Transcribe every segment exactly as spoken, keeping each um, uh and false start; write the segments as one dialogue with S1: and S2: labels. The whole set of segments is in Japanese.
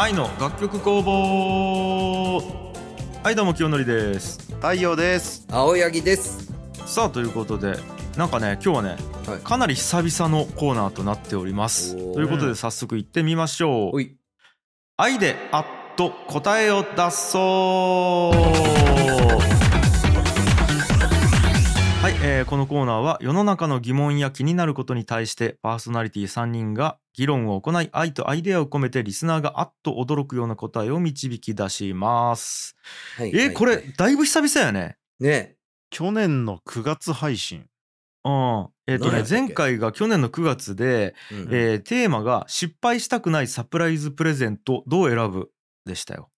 S1: 愛の楽曲工房。はい、どうも清則です。
S2: 太陽です。
S3: 青柳です。
S1: さあということで、なんかね今日はね、はい、かなり久々のコーナーとなっております。ということで早速行ってみましょう。おい、愛であっと答えを出そう。はい、えー、このコーナーは世の中の疑問や気になることに対してパーソナリティさんにんが議論を行い、愛とアイデアを込めてリスナーがあっと驚くような答えを導き出します。はい、えーはいはい、これだいぶ久々やね。
S2: ね、去年のくがつ配信。
S1: うん、えっとね前回が去年のくがつで、うん、えー、テーマが失敗したくないサプライズプレゼントどう選ぶでしたよ。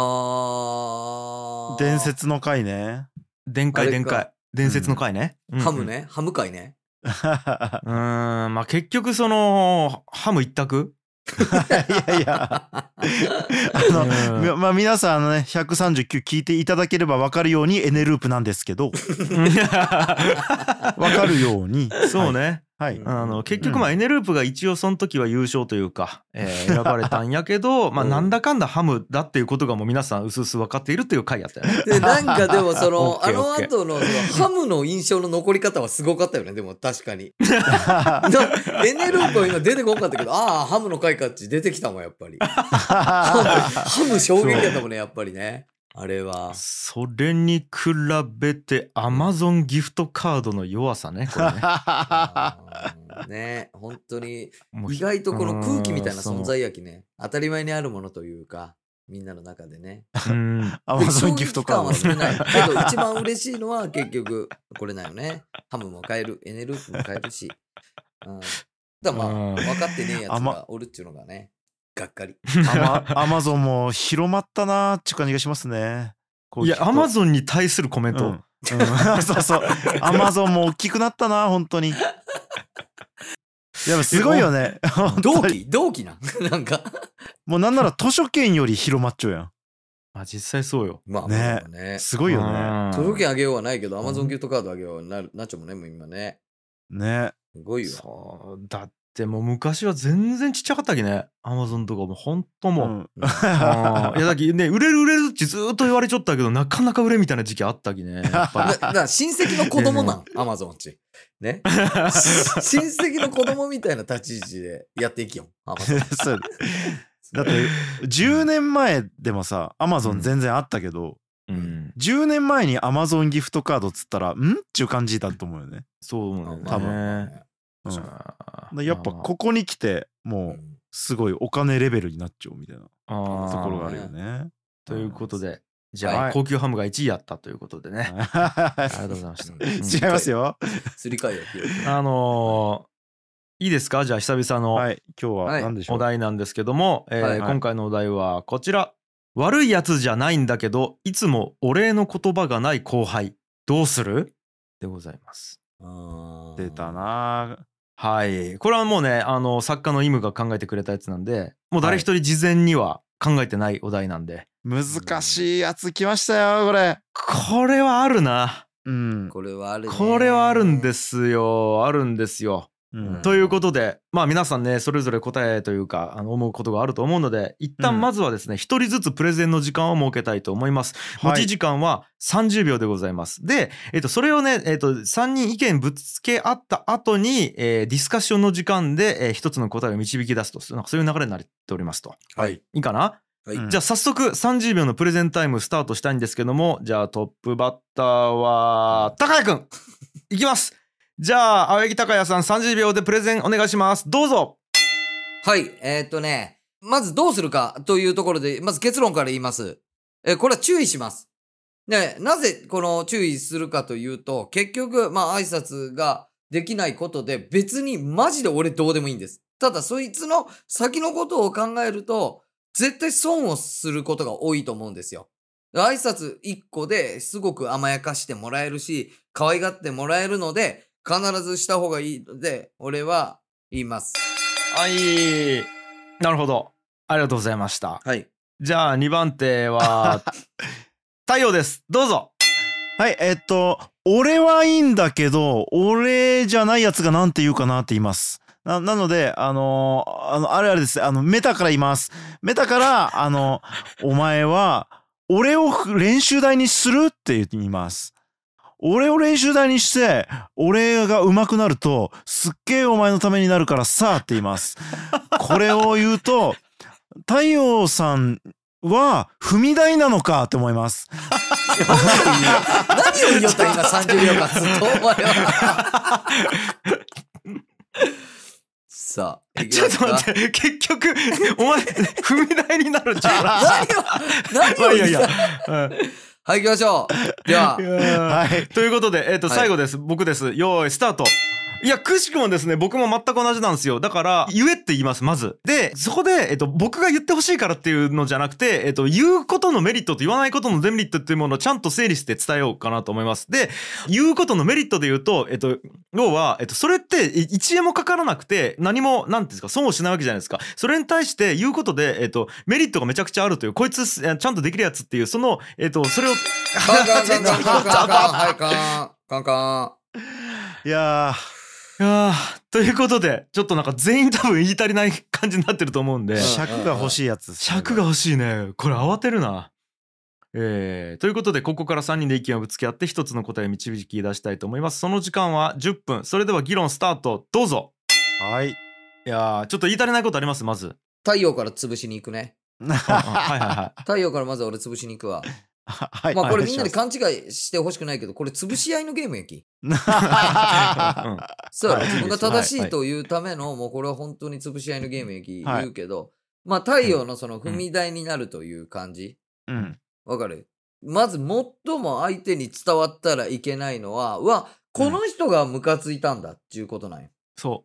S2: あー、伝説の回ね。
S1: 伝回伝回伝説の回ね、
S3: うん、ハムね、ハム回ね。
S1: うーん、まあ結局そのハム一択。
S2: いやいやあの、まあ、皆さんあのねひゃくさんじゅうきゅう聞いていただければ分かるようにエネループなんですけど分かるように
S1: そうね、
S2: はい、
S1: あの結局まあエネループが一応その時は優勝というか、えー、選ばれたんやけどまあなんだかんだハムだっていうことがもう皆さんうすうす分かっているという回やったよね。
S3: でなんかでもそのあの後のそのハムの印象の残り方はすごかったよね。でも確かにエネループは今出てこなかったけど、ああハムの回かっち出てきたもんやっぱり。ハム衝撃やったもんねやっぱりね。あれは
S1: それに比べてアマゾンギフトカードの弱さねこれね。
S3: ね、本当に意外とこの空気みたいな存在やきね、当たり前にあるものというかみんなの中でね。
S2: アマゾンギフトカード
S3: は少ないけど一番嬉しいのは結局これだよね。ハムも買える、エネループも買えるし、うん、だまあ分かってねえやつがおるっちゅうのがね、がっかり。
S2: アマゾンも広まったなーっていう感じがしますね。
S1: いやアマゾンに対するコメント、うん
S2: うん、そうそうアマゾンも大きくなったな本当に。でもすごいよね。
S3: 同期同期ななんか
S2: もうなんなら図書券より広まっちゃうやん。
S1: まあ実際そうよ。
S3: まあ
S2: ね、
S3: ね、
S2: すごいよね。
S3: 図書券あげようはないけどアマゾンギフトカードあげようななっちゃうもんねもう今ね。
S2: ね、
S3: すごいよ。
S1: そうだってもう昔は全然ちっちゃかったっけね。アマゾンとかもほんともう、うん、あいやだけね売れる売れるってずっと言われちゃったけどなかなか売れみたいな時期あったきね。やっぱり
S3: だから親戚の子供なんアマゾンちね親戚の子供みたいな立ち位置でやっていきよアマゾン。
S2: そうだってじゅうねんまえでもさアマゾン全然あったけど、うん、じゅうねんまえにアマゾンギフトカードっつったらんっていう感じだと思うよね。
S1: そう思うよね
S2: 多分、うん、やっぱここに来てもうすごいお金レベルになっちゃうみたいなところがあるよね。
S1: ということでじゃあ、はい、高級ハムがいちいやったということでね。ありがとうございました。うん、
S2: 違いますよ。
S3: すり替え
S1: よ。あのー、いいですか。じゃあ久々の、
S2: はい、今日は何でしょう、
S1: お題なんですけども、えーはい、今回のお題はこちら。悪いやつじゃないんだけどいつもお礼の言葉がない後輩どうするでございます。
S2: あ出たな。
S1: はい、これはもうねあの作家のイムが考えてくれたやつなんでもう誰一人事前には考えてないお題なんで、
S2: はい、難しいやつ来ましたよこれ。
S1: これはあるな。
S3: うん、これはあるね。
S1: これはあるんですよあるんですよ。うん、ということでまあ皆さんねそれぞれ答えというかあの思うことがあると思うので一旦まずはですね一、うん、人ずつプレゼンの時間を設けたいと思います。持ち時間はさんじゅうびょうでございます。で、えー、とそれをね、えー、とさんにん意見ぶつけ合った後に、えー、ディスカッションの時間で、えー、一つの答えを導き出すとなんかそういう流れになっておりますと。
S3: はい、
S1: いいかな。はい、じゃあ早速さんじゅうびょうのプレゼンタイムスタートしたいんですけども、じゃあトップバッターは高谷くんいきます。じゃあ青柳高也さんさんじゅうびょうでプレゼンお願いします。どうぞ。
S3: はい、えー、っとねまずどうするかというところでまず結論から言います。えー、これは注意します。ね、なぜこの注意するかというと結局まあ挨拶ができないことで別にマジで俺どうでもいいんです。ただそいつの先のことを考えると絶対損をすることが多いと思うんですよ。挨拶一個ですごく甘やかしてもらえるし可愛がってもらえるので必ずした方がいいので俺は言います。
S1: はい、なるほどありがとうございました。
S3: はい、
S1: じゃあにばん手は太陽です。どうぞ。
S2: はい、えっと俺はいいんだけど俺じゃないやつがなんて言うかなって言います。 な, なのであのー、あのあれあれですあのメタから言いますメタからあのお前は俺を練習台にするって言います。俺を練習台にして俺が上手くなるとすっげえお前のためになるからさって言います。これを言うと太陽さんは踏み台なのかって思います。
S3: 何を言おった今さんじゅうびょうかんずっとお前はさあ
S1: ちょっと待って結局お前踏み台になるんじゃん。
S3: 何を何を言った、
S1: うん、
S3: はい行きましょう。では
S1: はいということで、えーとはい、最後です。僕です。よーいスタート。いやくしくもですね僕も全く同じなんですよ。だから言えって言いますまず。でそこで、えっと、僕が言ってほしいからっていうのじゃなくて、えっと、言うことのメリットと言わないことのデメリットっていうものをちゃんと整理して伝えようかなと思います。で言うことのメリットで言うと、えっと、要は、えっと、それっていちえんもかからなくて何もなんていうんですか損をしないわけじゃないですか。それに対して言うことで、えっと、メリットがめちゃくちゃあるというこいつちゃんとできるやつっていうその、えっと、それを
S3: カンカンカンカンカンカンはいカンカンカ
S2: ンいや
S1: ーいやということでちょっとなんか全員多分言い足りない感じになってると思うんで
S2: 尺が欲しいやつ
S1: 尺が欲しいねこれ慌てるな。えー、ということでここからさんにんで意見をぶつけ合って一つの答えを導き出したいと思います。その時間はじゅっぷん。それでは議論スタートどうぞ。
S2: はい。
S1: いやちょっと言い足りないことあります。まず
S3: 太陽から潰しに行くね。
S1: はいはいはい。
S3: 太陽からまず俺潰しに行くわ。
S2: はい、
S3: まあこれみんなで勘違いしてほしくないけどこれ潰し合いのゲームやき。うん、そうやろ、自分が正しいというための、はいはい、もうこれは本当に潰し合いのゲームやき言うけど、はい、まあ太陽のその踏み台になるという感じ。うん。わかる？まず最も相手に伝わったらいけないのは、うわ、この人がムカついたんだっていうことなんよ。
S1: そう。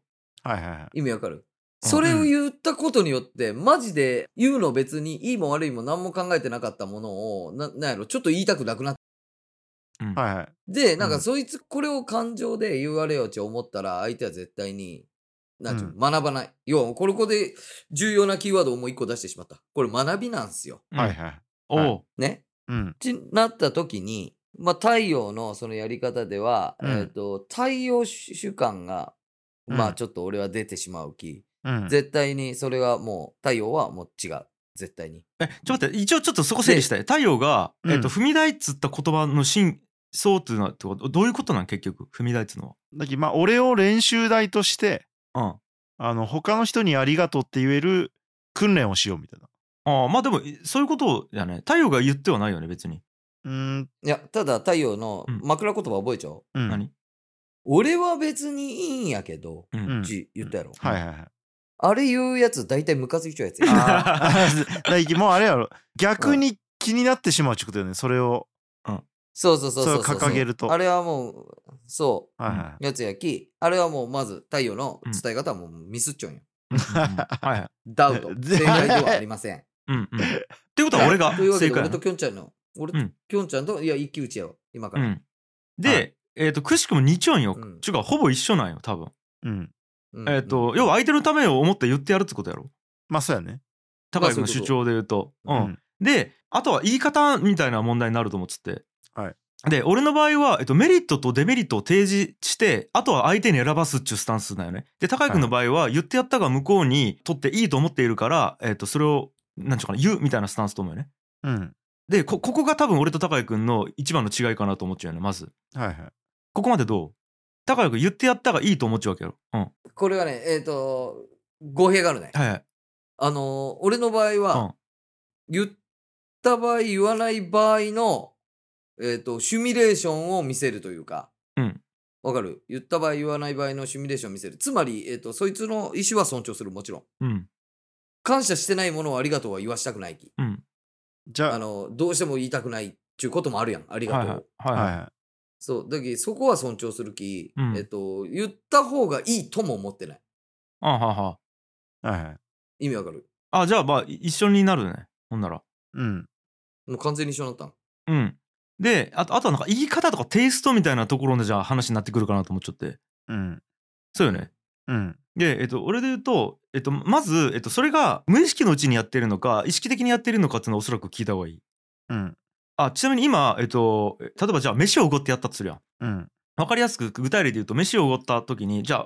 S2: はいはいはい。
S3: 意味わかる？それを言ったことによって、マジで言うの別にいいも悪いも何も考えてなかったものを、な、なんやろ、ちょっと言いたくなくなって。
S2: うん、はいはい。
S3: で、なんかそいつこれを感情で言われようって思ったら、相手は絶対に、なんていうの、学ばない。要は、これこで重要なキーワードをもう一個出してしまった。これ学びなんすよ。
S2: はいはい。
S1: おう。
S3: ね。
S2: うん。
S3: ってなった時に、まあ太陽のそのやり方では、うん、えっと、太陽主観が、まあちょっと俺は出てしまうき。うん、絶対にそれはもう太陽はもう違う絶対に。
S1: えちょっと待って一応ちょっとそこ整理したい。太陽が、うん、えっと踏み台っつった言葉の真相っていうのはってことどういうことなん結局踏み台っつうのは。
S2: だけどまあ俺を練習台として、
S1: うん、
S2: あの他の人にありがとうって言える訓練をしようみたいな。
S1: ああまあでもそういうことやね。太陽が言ってはないよね別に。
S3: うーんいやただ太陽の枕言葉覚えちゃおう。
S1: うん、何？
S3: 俺は別にいいんやけど、うん、ち言ったやろ。
S2: うん、はいはいはい。
S3: あれ言うやつ大体ムカついちゃうやつや。
S2: あもうあれやろ逆に気になってしまうってことよねそれを、
S3: うん、そうそうそうそう
S2: それを掲げると
S3: あれはもうそう、
S2: はいはい、
S3: やつやきあれはもうまず太陽の伝え方はもうミスっちゃうんよ、うん、はいはいダウト正解ではありません
S1: うん、うん、っていうことは俺が
S3: というわけで俺ときょんちゃんの俺ときょんちゃんといや一騎打ちやろ今から、うん、
S1: で、はい、えっ、ー、とくしくもにちょんよ、うん、ちゅうかほぼ一緒なんよ多分
S2: うん
S1: えっと、要は相手のためを思って言ってやるってことやろ。
S2: まあそうやね。
S1: 高井君の主張で言うと、うん、うん。で、あとは言い方みたいな問題になると思っつって。
S2: はい。
S1: で、俺の場合は、えっと、メリットとデメリットを提示して、あとは相手に選ばすっちゅうスタンスだよね。で、高井君の場合は、言ってやったが向こうにとっていいと思っているから、えっと、それを、なんちゅうかな、言うみたいなスタンスと思うよね。
S2: うん。
S1: で、こ、ここが多分俺と高井君の一番の違いかなと思っちゃうよね、まず。
S2: はいはい。
S1: ここまでどう？高井君言ってやったがいいと思っちゃうわけよ。うん。
S3: これはね、えっ、ー、と、語弊があるね。
S1: はいはい。
S3: あのー、俺の場合は、うん、言った場合、言わない場合の、えっ、ー、と、シミュレーションを見せるというか、
S1: うん。
S3: わかる？言った場合、言わない場合のシミュレーションを見せる。つまり、えっ、ー、と、そいつの意思は尊重する、もちろん。
S1: うん。
S3: 感謝してないものをありがとうは言わしたくないき。
S1: うん。
S2: じゃあ、
S3: あの、どうしても言いたくないっていうこともあるやん。ありがとう。
S1: はいはい。はいはい
S3: そう。だけど、そこは尊重するき、
S1: うん、
S3: えっと、言った方がいいとも思ってない。
S1: あはは。
S2: はいはい。
S3: 意味わかる？
S1: あ、じゃあ、まあ、一緒になるね。ほんなら。
S2: うん。
S3: もう完全に一緒になったん。
S1: うん。で、あと、あとはなんか言い方とかテイストみたいなところでじゃあ話になってくるかなと思っちゃって。
S2: うん。
S1: そうよね。
S2: うん。
S1: で、えっと、俺で言うと、えっと、まず、えっと、それが無意識のうちにやってるのか、意識的にやってるのかっていうのはおそらく聞いた方がいい。
S2: うん。
S1: あ、ちなみに今、えっと、例えばじゃあ飯をおごってやったとするやん。
S2: うん。
S1: わかりやすく具体例で言うと飯をおごった時にじゃあ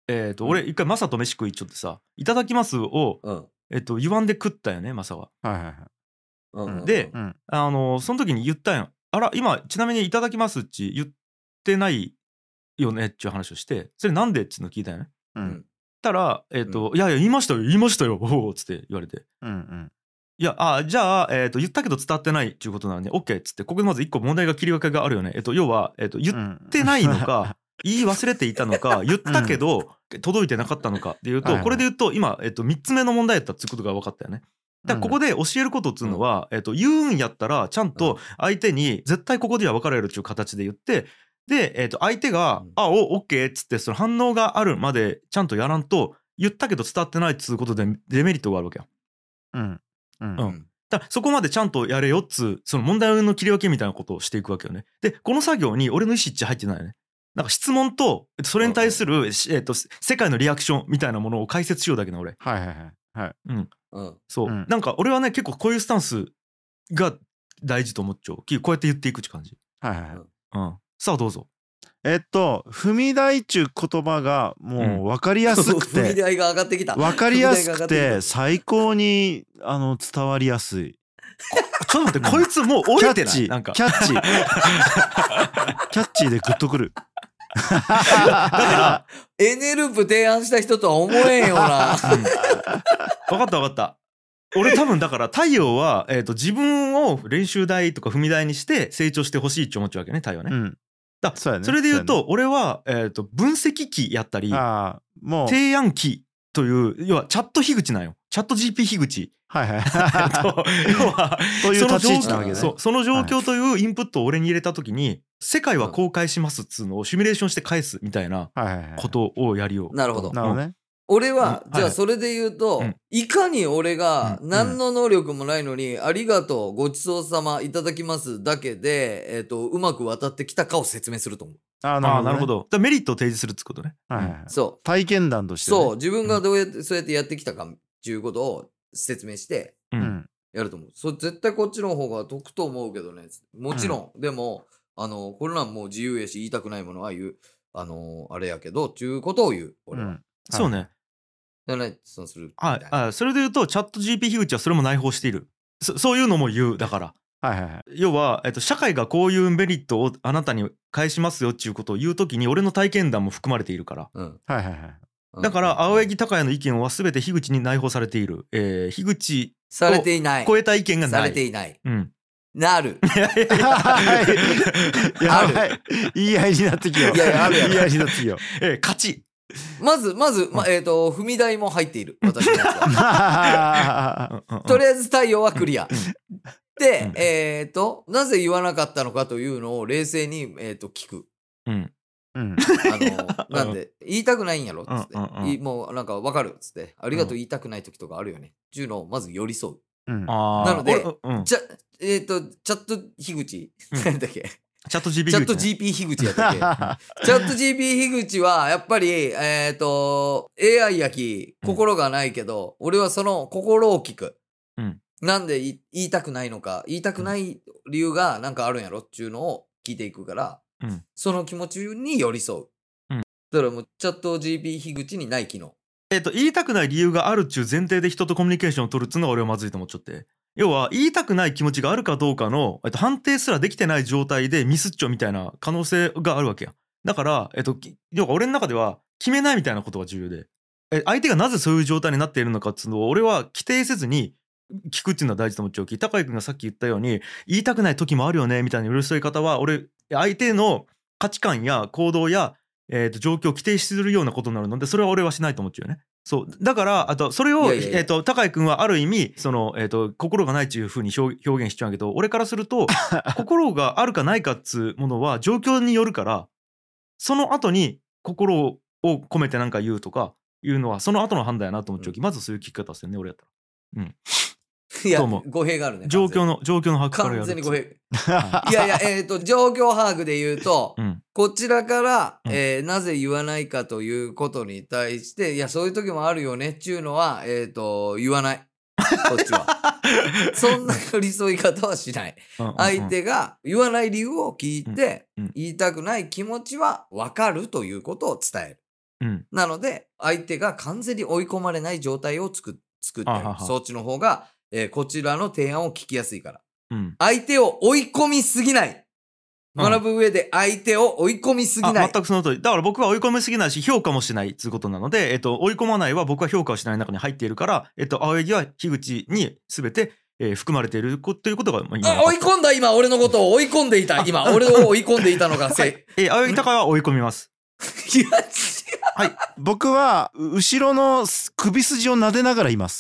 S1: えっと俺一回マサと飯食いちょってさいただきますを、
S3: うん
S1: えっと言わんで食ったよねマサは。
S2: はいはいはい。
S3: うん
S1: で
S2: うん
S1: あのその時に言ったんよ。あら今ちなみにいただきますって言ってないよねっていう話をしてそれなんでっていうの聞いたよね。
S2: う
S3: うんん
S1: たらえっと、いやいや言いましたよ言いましたよおおっつって言われて。
S2: うんうん
S1: いやあじゃあ、えー、と言ったけど伝わってないっていうことなんで OK っつってここでまず一個問題が切り分けがあるよね。えっと要は、えー、と言ってないのか言い忘れていたのか言ったけど届いてなかったのかでいうと、
S2: はいはい
S1: これで言うと今、えー、とみっつめの問題やったっていうことが分かったよね。だからここで教えることっつうのは、えー、と言うんやったらちゃんと相手に絶対ここでは分かれるっていう形で言ってで、えー、と相手が
S3: うん
S1: 「あお OK」っつってその反応があるまでちゃんとやらんと言ったけど伝わってないっつうことでデメリットがあるわけよ。
S2: うんうん
S1: う
S3: うんん
S1: だからそこまでちゃんとやれよっつうその問題の切り分けみたいなことをしていくわけよね。でこの作業に俺の意思一致入ってないよね。なんか質問とそれに対する、えー、と世界のリアクションみたいなものを解説しようだけな俺。
S2: はいはいはいはい
S1: うん
S3: うん
S1: そう、
S2: うん
S1: なんか俺はね結構こういうスタンスが大事と思っちゃう。こうやって言っていくって感じ。
S2: はいはいはい。
S1: うんさあどうぞ。
S2: えっと踏み台っちゅう言葉がもう分かりやすくて
S3: 踏み台が上がってきた。
S2: 分かりやすく
S3: 踏み台が上がって
S2: て最高にあの伝わりやすい。
S1: ちょっと待ってこいつもう
S2: キャ
S1: 折れて
S2: ッチ
S1: ないなんか
S2: キャッチキャッチーでグッとくる。
S1: だから
S3: エネループ提案した人とは思えんよな。
S1: 分かった分かった俺多分だから太陽は、えー、と自分を練習台とか踏み台にして成長してほしいって思っちゃうわけね太陽ね、
S2: うん
S1: だ
S2: そうやね。
S1: それで言う
S2: そ
S1: と俺は、えー、と分析機やったり
S2: うやねああもう
S1: 提案機という要はチャット樋口なんよチャット ジーピー 樋口
S2: はいはい
S1: えっと要は
S2: という
S1: その
S2: 立ち位置なわけね。
S1: そうその状況というインプットを俺に入れた時に世界は公開しますっつうのをシミュレーションして返すみたいな
S2: はいはいはい。
S1: ことをやりよう。
S3: なるほど
S2: なるほどね。
S3: 俺は、
S1: うん
S3: じゃあそれで言うと、
S1: うん
S3: いかに俺が
S1: うん
S3: 何の能力もないのに、ありがとう、ごちそうさま、いただきますだけで、えっ、と、うまく渡ってきたかを説明すると思う。
S2: ああ
S1: ああなるほ
S2: ど。
S1: ど。だからメリットを提示するってことね。
S2: はいはいはい。
S3: そ
S2: 体験談と
S3: う。
S2: してね。
S3: そう。自分がどうやって、そうやってやってきたかっていうことを説明して
S1: う。
S2: うんん。
S3: やると思う。そう、絶対こっちの方が得と思うけどね。もちろん、でも、あの、これなんもう自由やし、言いたくないものは言う、あの、あれやけど、っていうことを言う。俺は。
S2: うん。
S1: そうね。
S3: じゃない、そうするみた
S1: はい
S3: いな。
S1: あそれで言うとチャット ジーピー 樋口はそれも内包している。そそういうのも言うだから。
S2: はいはいはい。
S1: 要は、えっと、社会がこういうメリットをあなたに返しますよっていうことを言うときに俺の体験談も含まれているから。
S3: うん。
S2: はいはいはい。
S3: うん
S1: だから青柳高也の意見は全て樋口に内包されている。えー、樋口
S3: されていない。
S1: 超えた意見がない。
S3: されていない。
S1: うん。
S3: なる。
S2: はい。やばい。言い合いになってきよう。
S3: いやいやあるやろ
S2: 言い合いになってきよう。
S1: えー、勝ち。
S3: まず、まず、ま、えっ、と、踏み台も入っている。私のやつは。
S2: は
S1: うんうんうん
S3: とりあえず太陽はクリア。で、
S1: うん
S3: えっ、と、なぜ言わなかったのかというのを冷静に、えっ、と、聞く。
S1: うん
S2: うん。
S3: あの、なんで、言いたくないんやろっつって、
S1: うんうんうん
S3: いもうなんかわかるっつって、ありがとう言いたくない時とかあるよね。っていうのをまず寄り添う。
S2: うん。
S1: あー
S3: なので
S1: 俺うん、
S3: じゃ、えっ、と、チャット樋口、
S1: うん
S3: なんだっけ
S1: チャット ジーピー
S3: チャット
S1: 樋口ね
S3: ジーピー 樋口やったっけチャット ジーピー 樋口は、やっぱり、えっ、と、エーアイ やき、心がないけど、俺はその心を聞く。
S1: うん
S3: なんでい言いたくないのか、言いたくない理由がなんかあるんやろっていうのを聞いていくから、
S1: うん
S3: その気持ちに寄り添う。
S1: うん
S3: だからもう、チャット ジーピー 樋口にない機能。
S1: えっと言いたくない理由があるっちゅう前提で人とコミュニケーションを取るっつうのが俺はまずいと思っちゃって。要は言いたくない気持ちがあるかどうかの、えっと、判定すらできてない状態でミスっちょみたいな可能性があるわけや。だから、えっと、き要は俺の中では決めないみたいなことが重要で、え相手がなぜそういう状態になっているのかっつうのを俺は規定せずに聞くっていうのは大事と思っちゃうき、高井君がさっき言ったように言いたくない時もあるよねみたいな寄り添い方は俺相手の価値観や行動や、えー、と状況を規定するようなことになるので、それは俺はしないと思っちゃうよね。そうだからあとそれを
S3: いやいやいや
S1: えー、と高井君はある意味その、えー、と心がないっていう風に表表現しちゃうけど、俺からすると心があるかないかっつうものは状況によるから、その後に心を込めてなんか言うとかいうのはその後の判断やなと思っちゃうき、うん、まずそういう聞き方してね俺やったら。うん
S3: いや、
S1: どうも
S3: 語弊があるね。
S1: 状況の状況の把握からやる。
S3: 完全に語弊。いやいや、えっ、と、状況把握で言うと、
S1: うん
S3: こちらから、
S1: うん
S3: えーなぜ言わないかということに対して、いや、そういう時もあるよねっていうのは、えっ、と、言わない。こっちは。そんな寄り添い方はしない。
S1: うんうんうん
S3: 相手が言わない理由を聞いて、
S1: うんうん
S3: 言いたくない気持ちは分かるということを伝える。
S1: うん。
S3: なので、相手が完全に追い込まれない状態を作作ってあげる。
S1: ははは
S3: そっちの方が、えーこちらの提案を聞きやすいから。
S1: うん。
S3: 相手を追い込みすぎない。
S1: うん
S3: 学ぶ上で相手を追い込みすぎな
S1: あ、
S3: い。
S1: 全くその通り。だから僕は追い込みすぎないし、評価もしないということなので、えっと、追い込まないは僕は評価をしない中に入っているから、えっと、青柳は樋口に全て、えー含まれていることということが、まあ今
S3: あ追い込んだ今、俺のことを追い込んでいた。今、俺を追い込んでいたのがせい。
S1: えー青柳高也は追い込みます。
S3: いや、
S2: はい、僕はう後ろの首筋を撫でながらいます。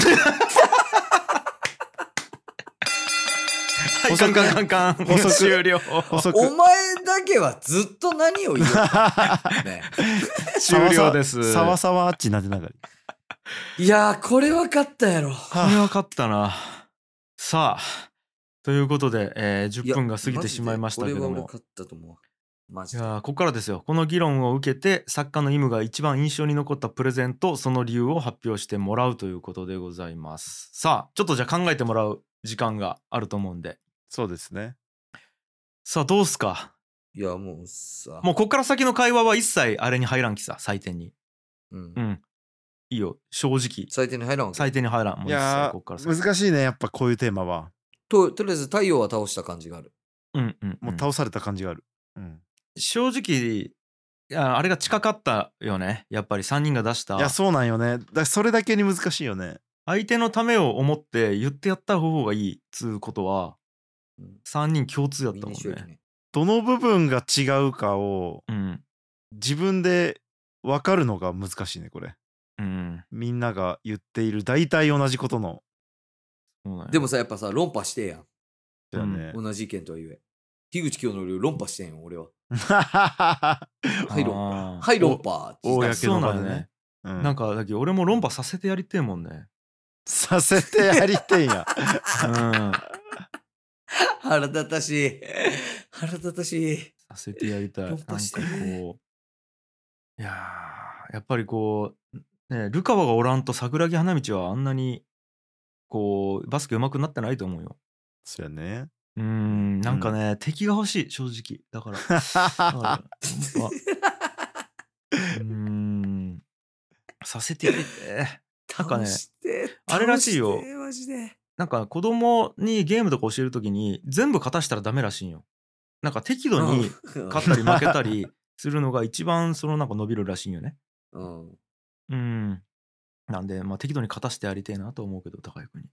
S1: はい、カンカンカンカン。
S2: 補足
S1: 終了。
S2: 補足。
S3: お前だけはずっと何を言うの、ね、
S1: 終了です。
S2: さわさわあっち撫でながら。
S3: いやー、これ分かったやろ。
S1: これ分かったな。さあ、ということで、えー、じゅっぷんが過ぎてしまいましたけども。
S3: これは俺勝ったと思う。マジで。
S1: いやー、ここからですよ。この議論を受けて、作家のイムが一番印象に残ったプレゼント、その理由を発表してもらうということでございます。さあ、ちょっとじゃあ考えてもらう時間があると思うんで。
S2: そうですね。
S1: さあ、どうすか。
S3: いや、もうさ。
S1: もうこっから先の会話は一切あれに入らんきさ、採点に。
S3: うん。
S1: うん。いいよ、正直。
S3: 採点に入らんわけ。
S1: 採点に入らん。もう
S2: いや
S1: こっから
S2: ー難しいね、やっぱこういうテーマは。
S3: と、とりあえず太陽は倒した感じがある。
S1: うんうん、うん。
S2: もう倒された感じがある。うん。
S1: 正直、いやあれが近かったよね。やっぱりさんにんが出した
S2: いや、そうなんよね。だそれだけに難しいよね。
S1: 相手のためを思って言ってやった方がいいっつうことは、
S3: うん、
S1: さんにん共通やったもんね。
S3: ね
S2: どの部分が違うかを
S1: うん
S2: 自分で分かるのが難しいね、これ。
S1: うん。
S2: みんなが言っている大体同じことの。
S1: そうなんや
S3: でもさ、やっぱさ、論破してやん。
S2: だよね。
S3: 同じ意見とは言え。樋口清則を論破してんよ、俺は。はい、論破。はい、論破。
S2: 公
S1: そうなんよ
S2: の場でね。
S1: ね。
S2: うん
S1: なんかだけど俺も論破させてやりてえもんね。
S2: させてやりてんや。
S1: うん。
S3: 腹立たしい。腹立たしい。
S1: させてやりたい。なんか
S3: 論破してね
S1: こう、いやーやっぱりこうね、ルカワがおらんと桜木花道はあんなにこうバスケ上手くなってないと思うよ。
S2: そうやね。
S1: うーん、なんかね、敵が欲しい正直。だから。だから本当はうーん。させてやりて。なんかね
S3: 倒して
S1: あれらしいよ
S3: 倒してマジで。
S1: なんか子供にゲームとか教えるときに全部勝たしたらダメらしいんよ。なんか適度に
S3: うん
S1: 勝ったり負けたりするのが一番そのなんか伸びるらしいんよね。
S3: うん。
S1: うん。なんで、まあ適度に勝たしてやりてえなと思うけど、高井君に。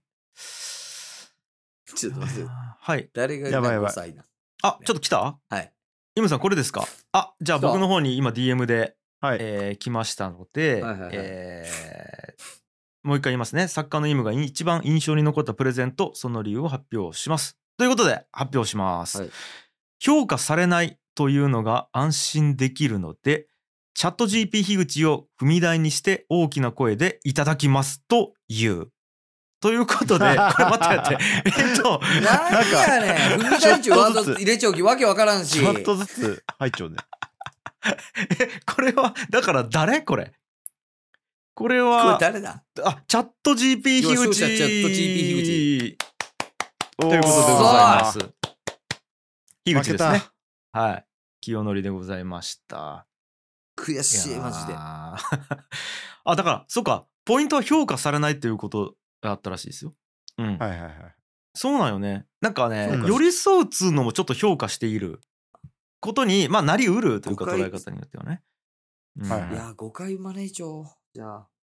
S3: ちょっと待って。
S1: はい。
S3: 誰が
S2: やばいやばい
S3: ごさいな。
S1: あ、ちょっと来た
S3: はい。
S1: イムさんこれですか。あ、じゃあ
S3: 来た
S1: 僕の方に今 ディーエム で、
S2: はい。
S1: えー来ましたので、
S3: はいはいはい
S1: えーもう一回言いますね。作家のイムが一番印象に残ったプレゼント、その理由を発表します。ということで発表します。
S3: はい
S1: 評価されないというのが安心できるので、チャット ジーピー 樋口を踏み台にして大きな声でいただきますと言う。ということで、これ待って待って。えっと、
S3: なんやねん。踏み台中ワード入れちゃうきわけわからんし。
S2: ちょっとずつ入っちゃうね。
S1: え、これは、だから誰これこれ
S3: これ
S1: は、
S3: 誰だ
S1: あ、チャット ジーピー 樋口。
S3: 要は勝者チャット ジーピー 樋
S1: ということでございます。樋口ですね
S2: 負け。
S1: はい。清則でございました。
S3: 悔しい、マジで。
S1: で。あ、だから、そうか、ポイントは評価されないっていうことがあったらしいですよ。うん。
S2: はいはいはい。
S1: そうなんよね。なんかね、
S2: うん
S1: 寄り添うっつうのもちょっと評価していることに、まあ、なりうるというか、
S3: 誤解
S1: 捉え方によってはね。うん
S2: はいはい
S3: いや、誤解招いちゃおう。じゃあ。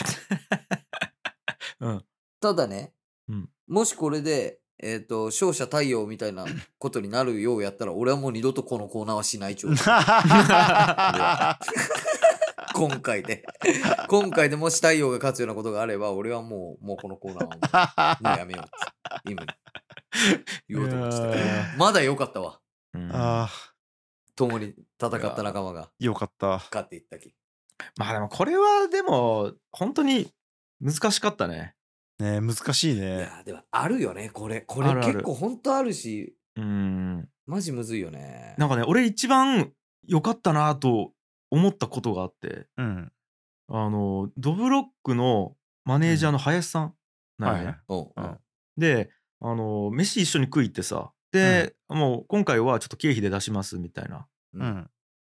S1: うん。
S3: ただね、
S1: うん
S3: もしこれで、えっ、と、勝者太陽みたいなことになるようやったら、俺はもう二度とこのコーナーはしないちょう。今回で。今回でもし太陽が勝つようなことがあれば、俺はもう、もうこのコーナーはもうもうやめようって。今に。言おうと思ってた
S1: いや
S3: まだ良かったわ。
S1: うん
S2: あ
S3: 共に戦った仲間が
S2: ーよかった。
S3: 勝っていったき。
S1: まあでもこれはでも本当に難しかったね。
S2: ね難しい
S3: い
S2: ね。
S3: や、でもあるよね、これ。これ
S1: あるある
S3: 結構本当あるし、
S1: うん。
S3: マジむずいよね。
S1: なんかね、俺一番良かったなと思ったことがあって、
S2: うん。
S1: あのドブロックのマネージャーの林さんなんよね。
S2: はいはい
S3: うん
S2: うん
S3: うん
S1: で、あの飯一緒に食いってさ、で、もう今回はちょっと経費で出しますみたいな
S3: う
S2: うんん。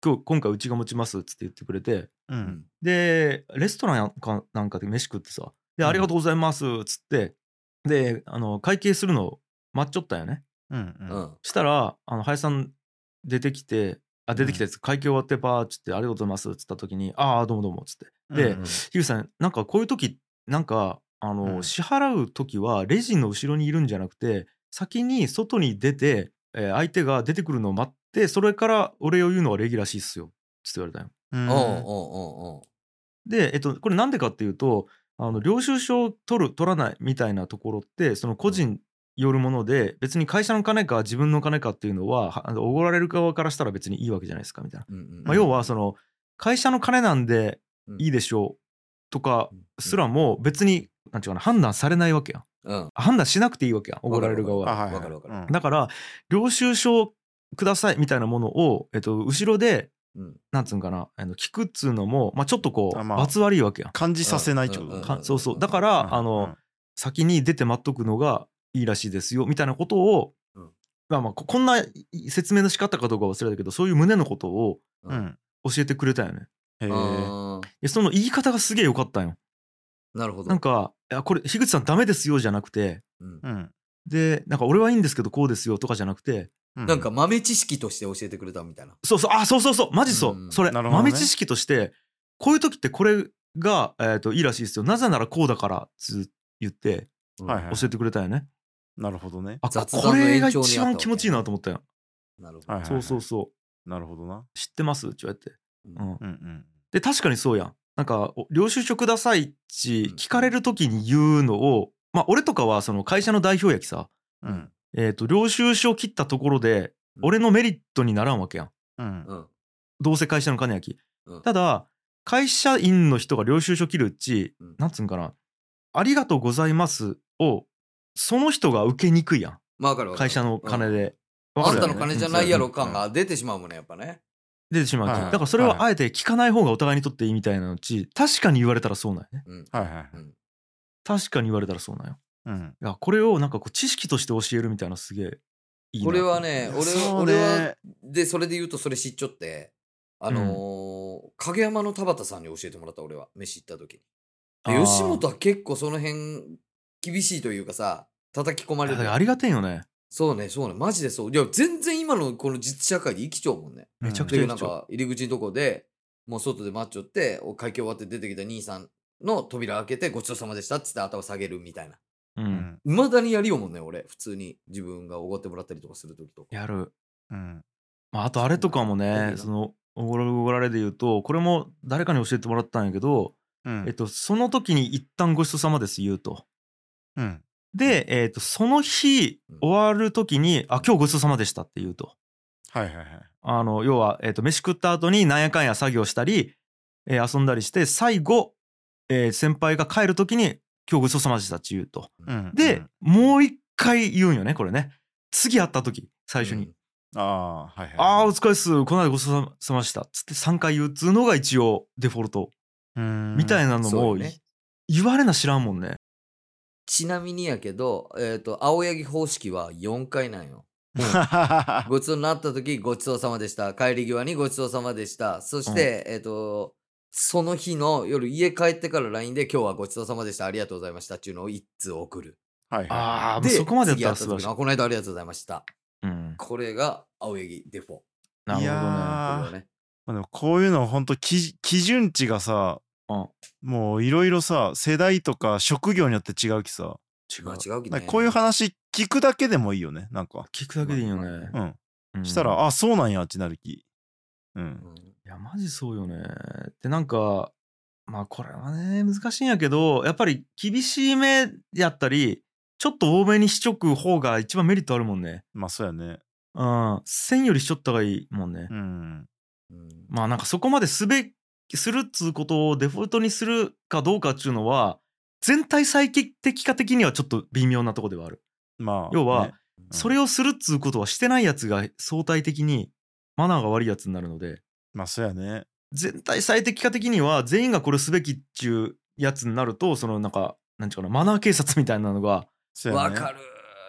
S1: 今日今回うちが持ちますっつって言ってくれて、
S2: うん
S1: でレストランかなんかで飯食ってさ、でありがとうございますっつって、であの会計するの待っちゃったよね。
S2: うん
S3: う
S2: うん
S3: ん
S1: したらあの林さん出てきて、あ出てきたやつ、会計終わってパーっつってありがとうございますっつった時に、ああどうもどうもっつって、で、
S2: うん
S1: 樋口さんなんかこういう時なんかあの、
S2: うん
S1: 支払う時はレジの後ろにいるんじゃなくて先に外に出て、えー相手が出てくるのを待ってそれからお礼を言うのが礼儀らしいっすよつって言われたよ。
S2: うん
S3: おうおうおうおう
S1: で、えっと、これなんでかっていうとあの領収書を取る取らないみたいなところってその個人よるもので別に会社の金か自分の金かっていうのははあのおごられる側からしたら別にいいわけじゃないですかみたいな、
S3: うんうん
S1: まあ、要はその会社の金なんでいいでしょうとかすらも別になんていうかな判断されないわけやん。
S3: うん
S1: 判断しなくていいわけやんおごられる側は。
S3: わか
S2: はい
S3: るわかるわかる
S2: うん
S1: だから領収書くださいみたいなものを、えっと、後ろで
S3: うん
S1: なんつうんかなあの聞くっつうのも、まあ、ちょっとこう
S2: あまあ
S1: 罰悪いわけやん。
S2: 感じさせないってこと
S3: うん
S2: だ
S1: かそうそうだから、
S2: うん
S1: あの先に出て待っとくのがいいらしいですよみたいなことを、
S3: うん
S1: まあまあここんな説明の仕方かどうか忘れたけどそういう旨のことを
S2: うんうん
S1: 教えてくれたよね。
S2: へえ
S3: あー
S1: でその言い方がすげえ良かったんよ。
S3: なるほど
S1: なんかいやこれ樋口さんダメですよじゃなくて、
S3: うん
S2: うん
S1: でなんか俺はいいんですけどこうですよとかじゃなくて、
S2: う
S3: なんか豆知識として教えてくれたみたいな
S1: そうそうあそうそうそうマジそう、
S3: うん
S1: それ、
S2: なるほどね
S1: 豆知識としてこういう時ってこれが、えー、といいらしいですよなぜならこうだからつ言って
S2: はいはい
S1: 教えてくれたよね。
S2: なるほどね
S1: あ
S3: 雑談
S1: これが
S3: の延長にあったわけ
S1: 一番気持ちいいなと思ったよ。
S3: なるほど
S2: はいはい
S1: そうそうそう
S2: なるほどな
S1: 知ってますって言われて、うん、
S2: うんうん
S1: で確かにそうやん。なんかお領収書くださいっち
S3: うん
S1: 聞かれる時に言うのを、まあ俺とかはその会社の代表やきさ、
S2: うん
S1: えー、と領収書切ったところで
S3: うん
S1: 俺のメリットにならんわけやん。
S2: うん
S3: うん
S1: どうせ会社の金やき、
S3: うん
S1: ただ会社員の人が領収書切るうち、
S3: うん
S1: なんつうんかなありがとうございますをその人が受けにくいやん
S3: まあわかるわかる
S1: 会社の金で、
S3: うん
S1: わかるよね
S3: あんたの金じゃないやろ感が出てしまうもんねやっぱね
S1: 出てしまうき、
S2: はいはい
S1: だからそれはあえて聞かない方がお互いにとっていいみたいなうち確かに言われたらそうなんよね。
S3: うん
S2: はいはい
S3: うん
S1: 確かに言われたらそうなんよ。
S2: うん
S1: いやこれをなんかこう知識として教えるみたいなすげえいいな
S3: これはね俺は
S2: そうね
S3: 俺はでそれで言うとそれ知っちゃってあのー影山の田畑さんに教えてもらった俺は飯行った時にで
S1: あー
S3: 吉本は結構その辺厳しいというかさ叩き込まれる
S1: いやだからありがてんよね。
S3: そうねそうねマジでそういや全然今のこの実社会で生きちゃうもんね
S1: めちゃくちゃ
S3: でなん
S1: いいっちょ
S3: か入り口のとこでもう外で待っちゃってお会計終わって出てきた兄さんの扉開けてごちそうさまでしたっつって頭下げるみたいな
S1: う
S2: うんん
S3: いまだにやりようもんね俺普通に自分がおごってもらったりとかする時とか
S1: やる。
S2: うん
S1: まあ、あとあれとかも
S3: そうなんだ
S1: ねそのおごられおごられで言うとこれも誰かに教えてもらったんやけど、
S2: うん
S1: えっと、その時に一旦ごちそうさまです言うと。
S2: うん
S1: で、えっと、その日
S3: うん
S1: 終わる時に「あ今日ごちそうさまでした」って言うと。
S2: はいはいはい
S1: あの要は、えっと、飯食った後になんやかんや作業したり、えー遊んだりして最後、えー先輩が帰る時に「今日ごちそうさまでした」って言うと。
S2: うん
S1: で、
S2: うん
S1: もう一回言うんよねこれね。次会った時最初に。
S2: ああはいはい
S1: あーお疲れっすこの間ごちそうさまでしたっつってさんかい言うっつうのが一応デフォルトみたい
S2: な
S1: なのも、
S3: そうよね
S1: 言われな知らんもんね。
S3: ちなみにやけど、えっ、と、青柳方式はよんかいなんよ。ごちそうになった時、ごちそうさまでした。帰り際にごちそうさまでした。そして、えっ、と、その日の夜、家帰ってから ライン で今日はごちそうさまでした。ありがとうございましたっていうのを一通送る。
S2: はいはい
S1: ああもう
S3: で、
S1: そこまでやっ
S3: 次会った時の、
S1: たら素晴らしい
S3: あ。この間ありがとうございました。
S1: うん、
S3: これが青柳デフォ。
S1: なるほどね。
S2: いやー
S3: これはね。
S2: まあでもこういうのほんと基基準値がさ
S1: うん
S2: もういろいろさ世代とか職業によって違うきさ
S1: 違う
S3: まあ違うきね。
S2: なんかこういう話聞くだけでもいいよねなんか
S1: 聞くだけでいいよね。
S2: うん
S1: うん
S2: したらあそうなんやってなる気うん
S3: うん
S1: いやマジそうよね。でなんかまあこれはね難しいんやけどやっぱり厳しい目やったりちょっと多めにしちょく方が一番メリットあるもんね。
S2: まあそうやね
S1: うんせんよりしちょったがいいもんね。
S2: うん
S3: うん
S1: まあなんかそこまですべするっつうことをデフォルトにするかどうかっちゅうのは全体最適化的にはちょっと微妙なとこではある。
S2: まあ
S1: 要は、
S2: ねうん
S1: それをするっつうことはしてないやつが相対的にマナーが悪いやつになるので
S2: まあそうやね
S1: 全体最適化的には全員がこれすべきっちゅうやつになるとそのなんかなんちゅうかなマナー警察みたいなのが
S2: そうやね
S3: わかる。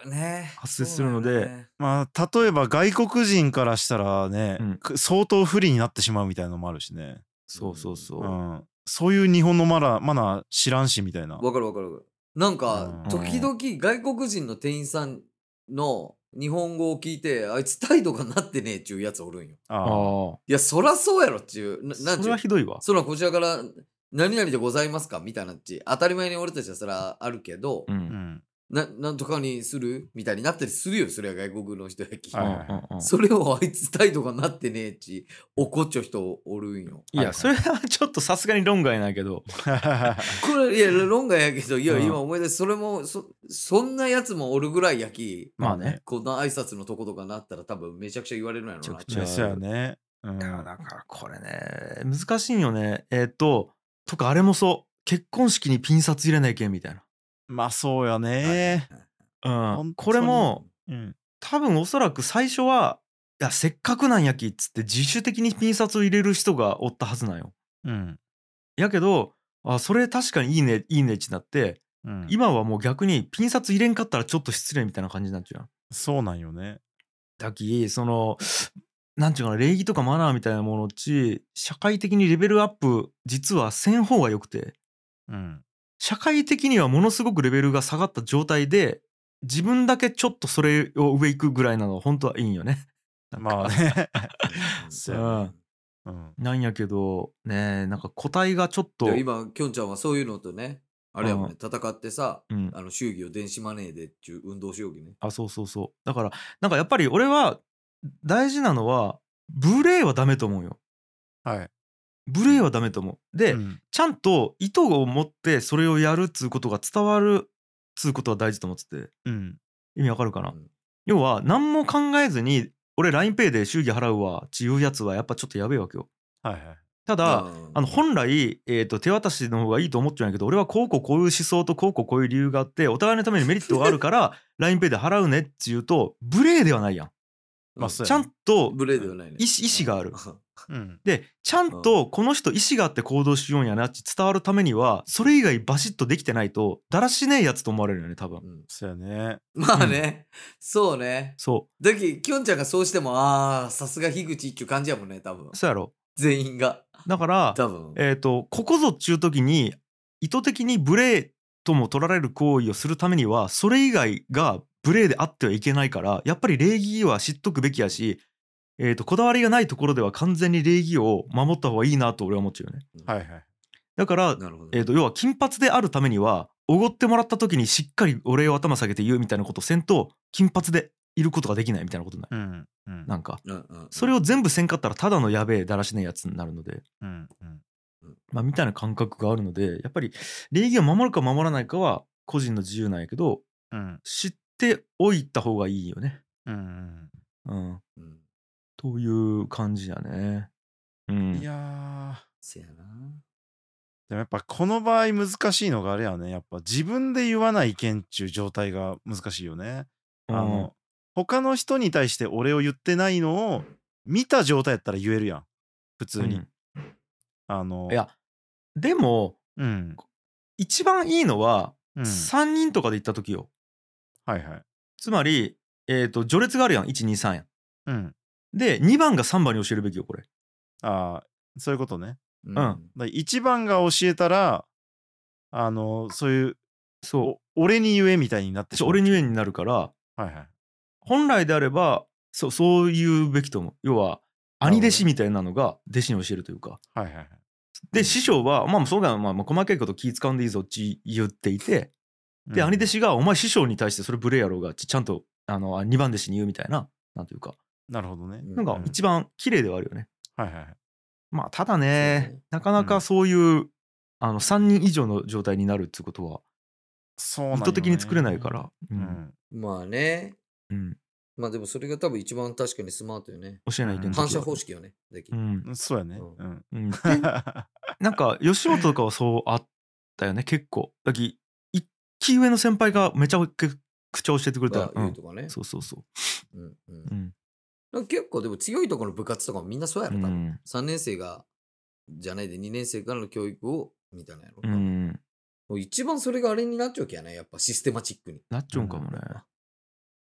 S3: ね
S1: 発生するので、
S3: そうだよね
S2: まあ例えば外国人からしたらね、
S1: うん
S2: く相当不利になってしまうみたいなのもあるしね、
S1: そうそうそうう、
S2: ん、そういう日本のマナーマナー知らんしみたいな。
S3: わかるわかるわかる。なんか、
S2: うん
S3: 時々外国人の店員さんの日本語を聞いて、あいつ態度がなってねえっちゅうやつおるんよ。
S2: あ
S1: ああ
S3: いや、そらそうやろっちゅう。ななん
S1: それ
S3: ちゅう
S1: はひどいわ。
S3: そらこちらから、何々でございますかみたいなっち。当たり前に俺たちはそらあるけど、
S1: う
S2: あ、うんん、
S3: な、なんとかにするみたいになったりするよ。それは外国の人やき。
S2: はい
S1: うんうんうん
S3: それをあいつ態度がなってねえっち、怒っちゃう人おるんよ。
S1: いや、それはちょっとさすがに論外ないけど、
S3: これ、いや、論外やけど、いや、
S1: うん
S3: 今思い出す、それも、そ、そんなやつもおるぐらいやき、
S1: まあね。
S3: こんな挨拶のとことかなったら多分めちゃくちゃ言われるんやろな。
S1: めちゃくちゃ
S2: ね、そうやね、うん
S1: いやだからこれね難しいんよね。えーっととかあれもそう結婚式にピン札入れないけんみたい
S2: まあそうや
S3: はいはい
S2: ね、
S1: な、うん、
S2: 本当に
S1: これも
S2: うん
S1: 多分おそらく最初はいやせっかくなんやきっつって自主的にピン札を入れる人がおったはずなんよ。
S2: うん
S1: やけどあそれ確かにいいねいいねってなって、
S2: うん
S1: 今はもう逆にピン札入れんかったらちょっと失礼みたいな感じになっちゃう。
S2: そうなんよね。
S1: だきそのなんていうかな礼儀とかマナーみたいなものっち社会的にレベルアップ実はせん方がよくて、
S2: うん
S1: 社会的にはものすごくレベルが下がった状態で自分だけちょっとそれを上行くぐらいなのは本当はいいんよね。なんか
S2: まあね
S3: うん
S2: そうやねうん
S1: なんやけどねなんか個体がちょっと
S3: で今、きょんちゃんはそういうのとね、あれやもんね、戦ってさ、
S1: うん
S3: あの祝儀を電子マネーでっていう運動しようきね。
S1: あそうそうそうだからなんかやっぱり俺は大事なのは無礼はダメと思うよ。
S2: はい
S1: 無礼はダメと思う。で、
S2: うん
S1: ちゃんと意図を持ってそれをやるっつうことが伝わるっつうことは大事と思ってて
S2: うん
S1: 意味わかるかな、
S3: うん
S1: 要は何も考えずに俺 ラインペイ で祝儀払うわっていうやつはやっぱちょっとやべえわけよ。
S2: はいはい
S1: ただ
S3: うん
S1: あの本来、えー、と手渡しの方がいいと思っちゃうんやけど俺はこうこうこういう思想とこうこうこういう理由があってお互いのためにメリットがあるから ラインペイ で払うねって言うと無礼ではないやん。
S2: まあそう
S1: ちゃ
S2: やね
S1: んと
S3: 無礼ではないね。
S1: 意思意思がある
S2: うん
S1: でちゃんとこの人意思があって行動しようんやなって伝わるためにはそれ以外バシッとできてないとだらしねえやつと思われるよね多分。
S3: うん
S2: そうやね
S3: まあね、そうね。
S1: そ
S3: だき、きょんちゃんがそうしても、ああ、さすが樋口っていう感じやもんね、多分
S1: う。そうやろ。
S3: 全員が。
S1: だから
S3: 多分。
S1: えっ、とここぞっちゅう時に意図的に無礼とも取られる行為をするためにはそれ以外が無礼であってはいけないからやっぱり礼儀は知っとくべきやし、えー、とこだわりがないところでは完全に礼儀を守った方がいいなと俺は思っちゃうよね。
S2: はいはい
S1: だから、
S3: なるほど。
S1: えー、と要は金髪であるためにはおごってもらった時にしっかりお礼を頭下げて言うみたいなことをせんと金髪でいることができないみたいなことになる。
S2: うんうん
S1: なんか
S3: うんうんうん
S1: それを全部せんかったらただのやべえだらしねえやつになるので、
S2: うんうん
S1: まあ、みたいな感覚があるのでやっぱり礼儀を守るか守らないかは個人の自由なんやけど
S2: うん
S1: 知っておいた方がいいよね。
S2: うん
S1: うん、
S3: うん
S1: という感じやね。う
S2: うん
S1: ん、
S2: いやー
S3: せやな。
S2: でもやっぱこの場合難しいのがあれやねやっぱ自分で言わないけんっちゅう状態が難しいよね。あの他の人に対して俺を言ってないのを見た状態やったら言えるやん普通に、
S1: うん
S2: あの
S1: いやでも
S2: うん
S1: 一番いいのは
S2: うん
S1: さんにんとかで行った時よ。
S2: はいはい
S1: つまり、えー、と序列があるやんいちにさんやん。
S2: うん
S1: でにばんがさんばんに教えるべきよこれ。
S2: ああそういうことね。
S3: うん
S2: だからいちばんが教えたらあのそういう
S1: そう
S2: お俺に言えみたいになってしまう。
S1: 俺に言えになるから
S2: はいはい
S1: 本来であればそうそう言うべきと思う。要は兄弟子みたいなのが弟子に教えるというか
S2: はいはいはい
S1: で師匠はまあそうだよ、まあ、まあ細かいこと気使うんでいいぞって言っていてで、
S2: うん
S1: 兄弟子がお前師匠に対してそれ無礼やろうがちちゃんとあのにばん弟子に言うみたいななんというか
S2: なるほどね。
S3: うん
S1: なんか一番綺麗ではあるよね。
S2: はいはいはい
S1: まあただ
S3: そう
S1: ね
S3: ね
S1: なかなかそういう、あのさんにん以上の状態になるっていうことは
S2: そうなんよね
S1: 意図的に作れないから、う
S2: うんん
S3: まあね。
S1: うん、
S3: まあでもそれが多分一番確かにスマートよね。
S1: 教えないけん
S3: 反射方式よね。でき
S1: う。ん
S2: そうやね。
S3: う
S2: うん。
S1: うん、でなんか吉本とかはそうあったよね結構。だき一期上の先輩がめちゃくちゃ教えてくれたよ、
S3: が言うとかね。
S1: そうそうそ
S3: うんうん
S1: う、うん
S3: なんか結構でも強いところの部活とかもみんなそうやろ、多分。
S1: うん
S3: さんねん生が、じゃないでにねん生からの教育を、みたいなやろ。
S1: うん、
S3: もう一番それがあれになっちゃうわけやね。やっぱシステマチックに。
S1: なっちゃうんかもね。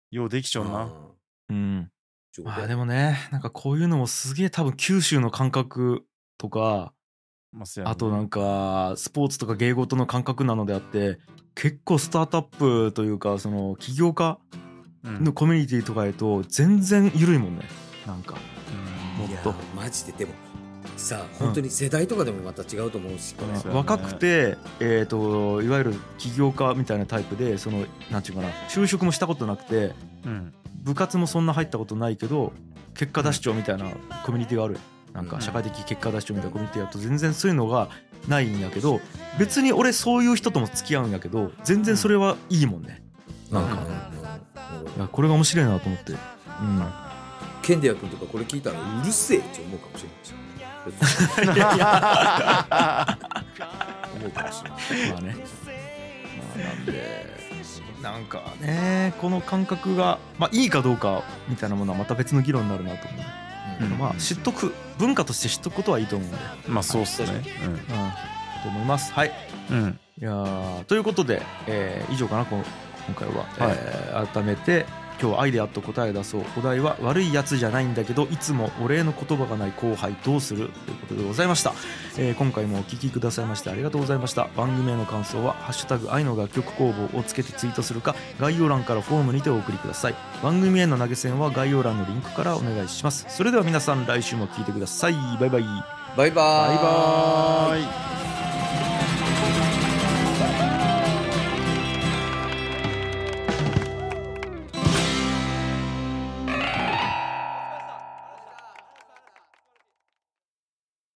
S2: ようできちゃうな。
S1: うんまあでもねなんかこういうのもすげえ多分九州の感覚とか、
S2: まあそうやね
S1: あとなんかスポーツとか芸事の感覚なのであって結構スタートアップというかその起業家のコミュニティとかへと全然緩いもんねなんか、
S3: うん、もっとマジででもさあ本当に世代とかでもまた違うと思うし、
S1: うん、若くて、えー、といわゆる起業家みたいなタイプでそのなんていうかな就職もしたことなくて、うん、部活もそんな入ったことないけど結果出し帳みたいなコミュニティがあるなんか社会的結果出し帳みたいなコミュニティだと全然そういうのがないんやけど別に俺そういう人とも付き合うんやけど全然それはいいもんねなんか、いやこれが面白いなと思って、うん、
S3: ケンデヤ君とかこれ聞いたらうるせえって思うかもしれないし
S1: いやいや
S3: 思うかもしれない
S1: まあね、まあ、なんでなんかねこの感覚がまあいいかどうかみたいなものはまた別の議論になるなと思う、うん、まあ知っとく文化として知っとくことはいいと思うんで
S2: まあそうっすね、
S1: うん、うん、と思いますはい、うん、いやということで、えー、以上かな今回は、はいえー、改めて今日アイデアと答え出そうお題は悪いやつじゃないんだけどいつもお礼の言葉がない後輩どうするということでございました、えー、今回もお聞きくださいましてありがとうございました番組への感想はハッシュタグ愛の楽曲工房をつけてツイートするか概要欄からフォームにてお送りください番組への投げ銭は概要欄のリンクからお願いしますそれでは皆さん来週も聞いてくださいバイバイ
S3: バイバイ
S2: バイバイ